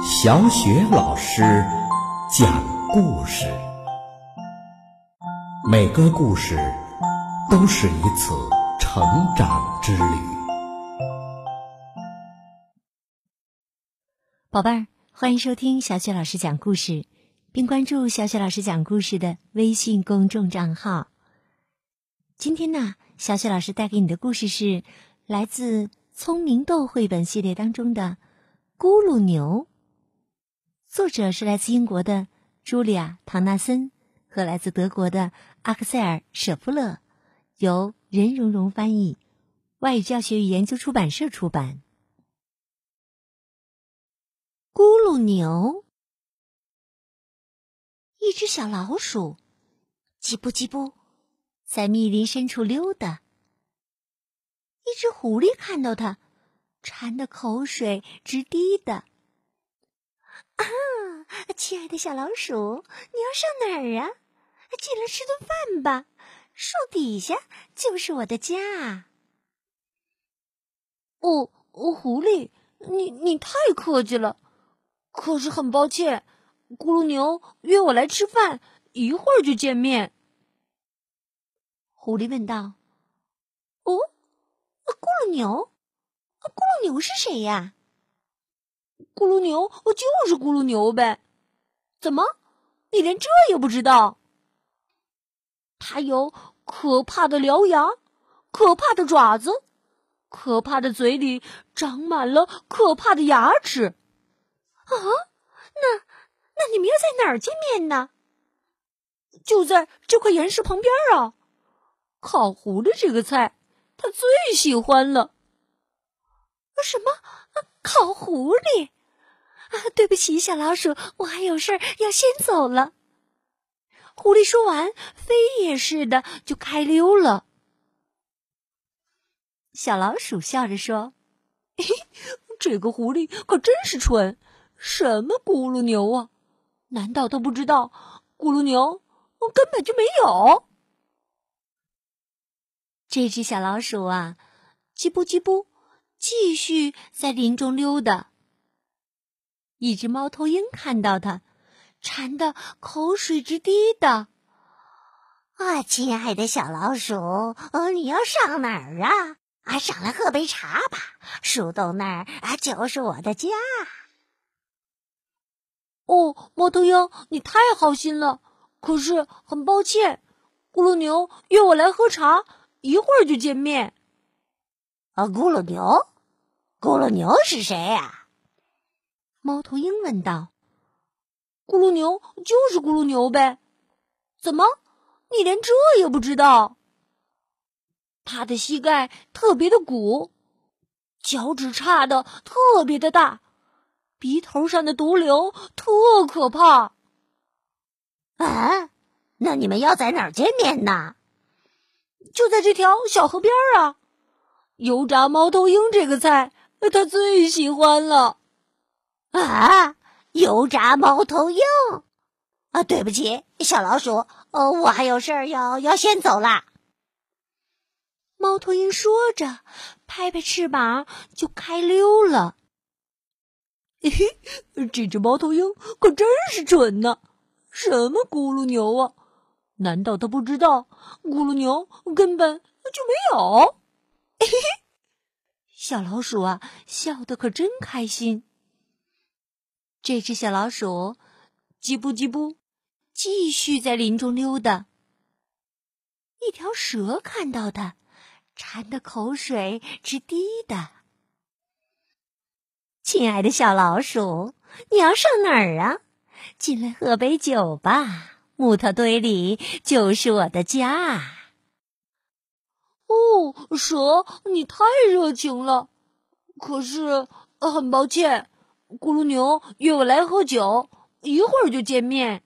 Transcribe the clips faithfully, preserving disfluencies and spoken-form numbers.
小雪老师讲故事，每个故事都是一次成长之旅。 宝贝儿，欢迎收听小雪老师讲故事，并关注小雪老师讲故事的微信公众账号。今天呢，小雪老师带给你的故事是来自聪明豆绘本系列当中的咕噜牛，作者是来自英国的茱莉亚·唐纳森和来自德国的阿克塞尔·舍夫勒，由任蓉蓉翻译，外语教学与研究出版社出版。咕噜牛。一只小老鼠叽不叽不在密林深处溜达，一只狐狸看到它，馋得口水直滴的。啊，亲爱的小老鼠，你要上哪儿啊？进来吃顿饭吧，树底下就是我的家。哦，哦狐狸，你你太客气了，可是很抱歉，咕噜牛约我来吃饭，一会儿就见面。狐狸问道。哦，咕噜牛？咕噜牛是谁呀？咕噜牛就是咕噜牛呗。怎么，你连这也不知道？它有可怕的獠牙，可怕的爪子，可怕的嘴里长满了可怕的牙齿。啊，那那你们要在哪儿见面呢？就在这块岩石旁边啊。烤狐狸这个菜，他最喜欢了。什么？烤狐狸？啊，对不起，小老鼠，我还有事儿要先走了。狐狸说完，飞也似的就开溜了。小老鼠笑着说：“嘿嘿，这个狐狸可真是蠢，什么咕噜牛啊？难道他不知道咕噜牛根本就没有？”这只小老鼠啊，叽不叽不，继续在林中溜达。一只猫头鹰看到它，馋得口水直滴的。啊，亲爱的小老鼠，呃，你要上哪儿啊？啊，上来喝杯茶吧，树洞那儿啊就是我的家。哦，猫头鹰，你太好心了，可是很抱歉，咕噜牛约我来喝茶，一会儿就见面。啊，咕噜牛？咕噜牛是谁呀？猫头鹰问道。咕噜牛就是咕噜牛呗。怎么，你连这也不知道？他的膝盖特别的鼓，脚趾差的特别的大，鼻头上的毒瘤特可怕。啊，那你们要在哪儿见面呢？就在这条小河边啊。油炸猫头鹰这个菜，他最喜欢了。啊，油炸猫头鹰？啊，对不起，小老鼠，呃，我还有事儿要要先走啦。猫头鹰说着，拍拍翅膀就开溜了。嘿嘿，这只猫头鹰可真是蠢呢！什么咕噜牛啊？难道他不知道咕噜牛根本就没有？嘿嘿，小老鼠啊，笑得可真开心。这只小老鼠叽不叽不，继续在林中溜达。一条蛇看到它，馋得口水直滴的。亲爱的小老鼠，你要上哪儿啊？进来喝杯酒吧，木头堆里就是我的家。哦，蛇，你太热情了。可是，很抱歉，咕噜牛约我来喝酒，一会儿就见面。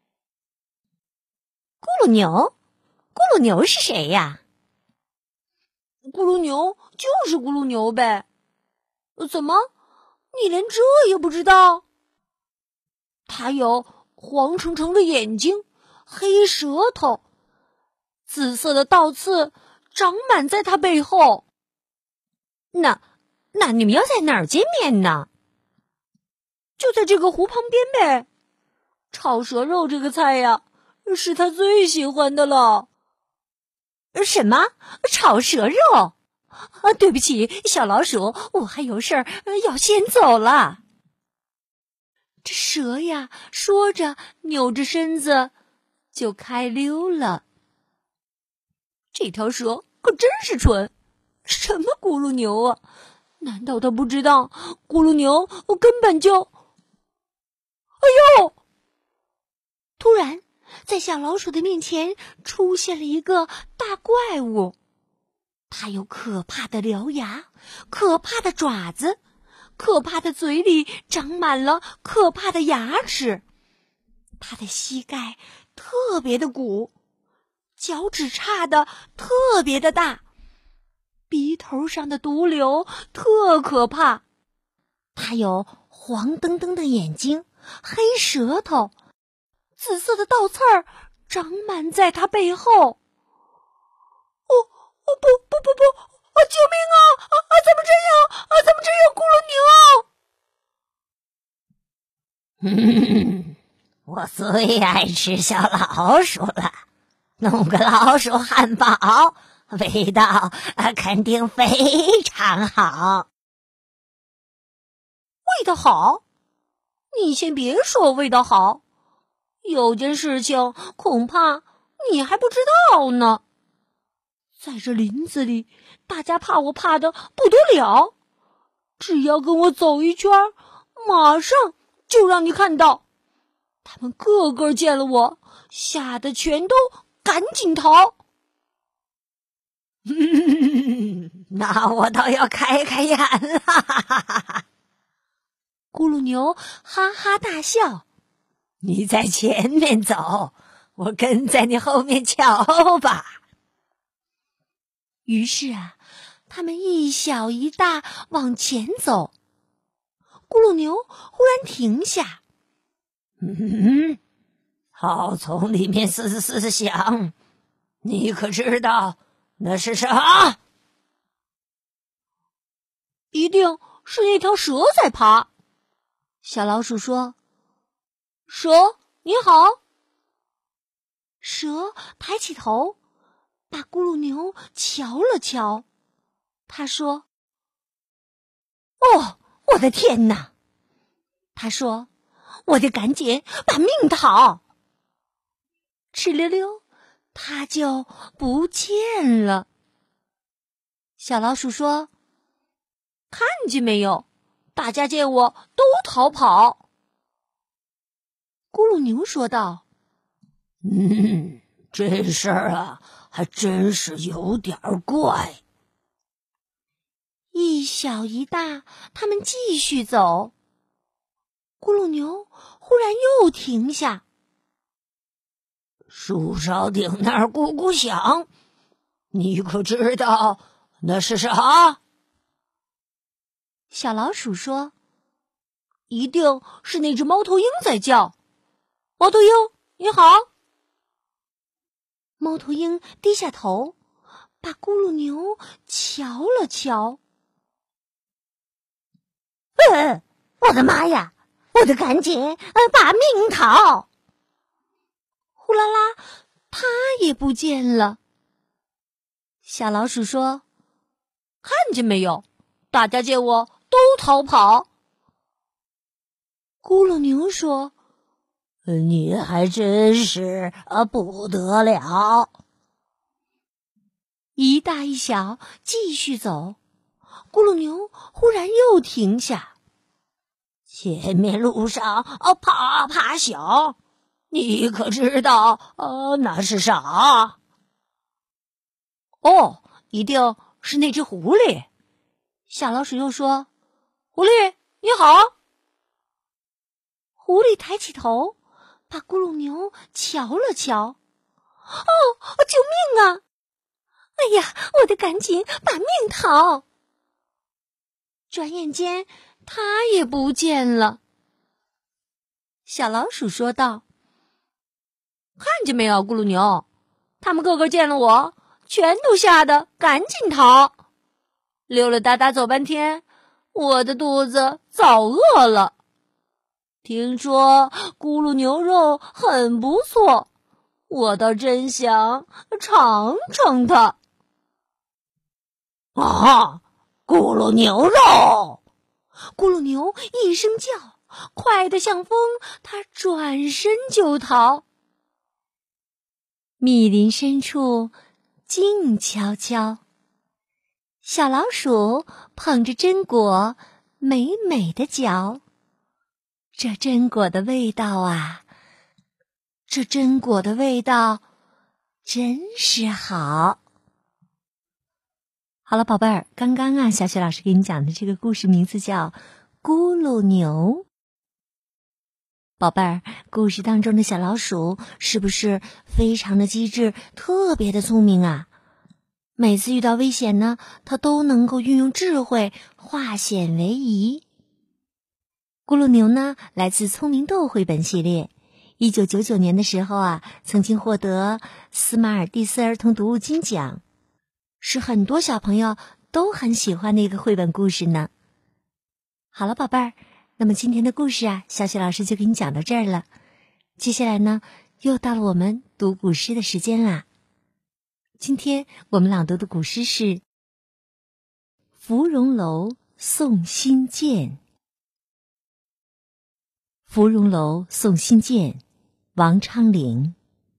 咕噜牛？咕噜牛是谁呀？咕噜牛就是咕噜牛呗。怎么，你连这也不知道？它有黄澄澄的眼睛，黑舌头，紫色的倒刺长满在它背后。那，那你们要在哪儿见面呢？ 就在这个湖旁边呗。炒蛇肉这个菜呀，是他最喜欢的了。什么？炒蛇肉？啊，对不起，小老鼠，我还有事儿要先走了。这蛇呀，说着扭着身子就开溜了。这条蛇可真是蠢，什么咕噜牛啊？难道他不知道咕噜牛根本就……哎呦！突然，在小老鼠的面前出现了一个大怪物，它有可怕的獠牙，可怕的爪子，可怕的嘴里长满了可怕的牙齿，它的膝盖特别的鼓，脚趾叉的特别的大，鼻头上的毒瘤特可怕，它有黄澄澄的眼睛，黑舌头，紫色的倒刺儿长满在它背后。哦哦不不不不！啊！救命啊！啊啊！怎么这样？啊！怎么这样？ 咕噜牛！嗯，我最爱吃小老鼠了，弄个老鼠汉堡，味道啊肯定非常好。 味道好？你先别说味道好，有件事情恐怕你还不知道呢。在这林子里，大家怕我怕得不得了，只要跟我走一圈，马上就让你看到。他们个个见了我，吓得全都赶紧逃。 那我倒要开开眼了。 咕噜牛哈哈大笑， 你在前面走，我跟在你后面瞧吧。 于是啊，他们一小一大往前走。咕噜牛忽然停下， 嗯，草丛里面嘶嘶响，你可知道那是啥？ 一定是那条蛇在爬。小老鼠说：“蛇，你好。”蛇抬起头，把咕噜牛瞧了瞧。他说：“ 哦，我的天哪！” 他说：“我得赶紧把命逃。”哧溜溜，它就不见了。小老鼠说：“看见没有？大家见我都逃跑。”咕噜牛说道：“ 嗯，这事儿啊，还真是有点怪。” 一小一大，他们继续走。咕噜牛忽然又停下， 树梢顶那儿咕咕响，你可知道那是啥？ 小老鼠说：“一定是那只猫头鹰在叫。猫头鹰，你好。”猫头鹰低下头，把咕噜牛瞧了瞧。 呃，我的妈呀！我得赶紧呃把命逃。 呼啦啦，它也不见了。小老鼠说：“看见没有？大家见我都逃跑。”咕噜牛说：“ 你还真是啊不得了。” 一大一小继续走。咕噜牛忽然又停下， 前面路上啊啪啪响，你可知道啊那是啥？ 哦，一定是那只狐狸。小老鼠又说：“狐狸，你好。”狐狸抬起头，把咕噜牛瞧了瞧。哦，救命啊！哎呀，我得赶紧把命逃。转眼间，它也不见了。小老鼠说道：“看见没有，咕噜牛？他们个个见了我，全都吓得赶紧逃。溜溜达达走半天，我的肚子早饿了。” 听说咕噜牛肉很不错，我倒真想尝尝它。 啊，咕噜牛肉！ 咕噜牛一声叫，快得像风，它转身就逃。密林深处静悄悄，小老鼠捧着榛果，美美的嚼。这榛果的味道啊，这榛果的味道真是好。好了，宝贝儿，刚刚啊，小雪老师给你讲的这个故事名字叫《咕噜牛》。宝贝儿，故事当中的小老鼠是不是非常的机智，特别的聪明啊？每次遇到危险呢，它都能够运用智慧化险为夷。咕噜牛呢，来自聪明豆绘本系列。一九九九年的时候啊，曾经获得斯马尔蒂斯儿童读物金奖，是很多小朋友都很喜欢的一个绘本故事呢。好了，宝贝儿，那么今天的故事啊，小雪老师就给你讲到这儿了。接下来呢，又到了我们读古诗的时间啦。今天我们朗读的古诗是《芙蓉楼送辛渐》。芙蓉楼送辛渐，王昌龄。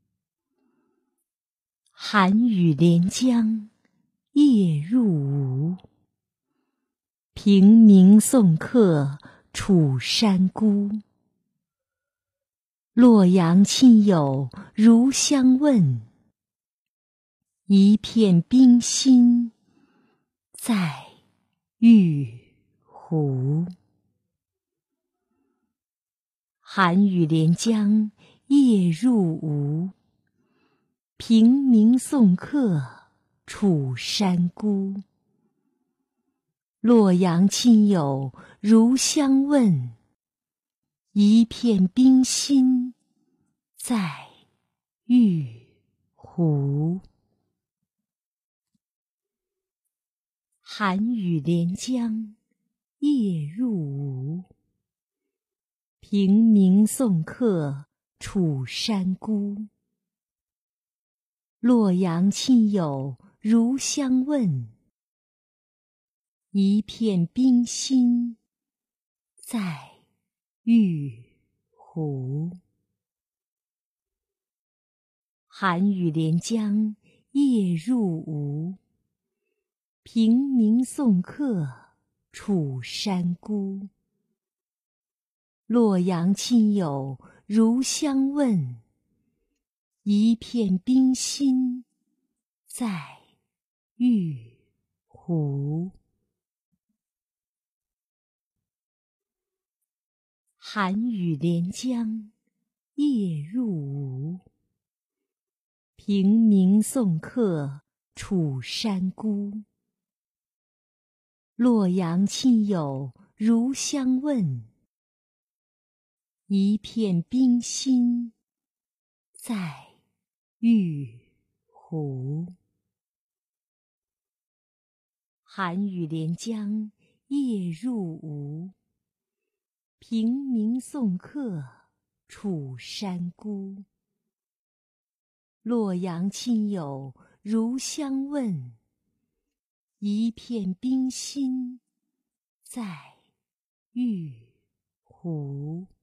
寒雨连江夜入吴，平明送客楚山孤。洛阳亲友如相问，一片冰心在玉壶。寒雨连江夜入吴，平明送客楚山孤。洛阳亲友如相问，一片冰心在玉壶。寒雨连江夜入吴，平明送客楚山孤。洛阳亲友如相问，一片冰心在玉壶。寒雨连江夜入吴，平明送客楚山孤。洛阳亲友如相问，一片冰心在玉壶。寒雨连江夜入吴，平明送客楚山孤。洛阳亲友如相问，一片冰心在玉壶。寒雨连江夜入吴，平明送客楚山孤。洛阳亲友如相问，一片冰心在玉壶。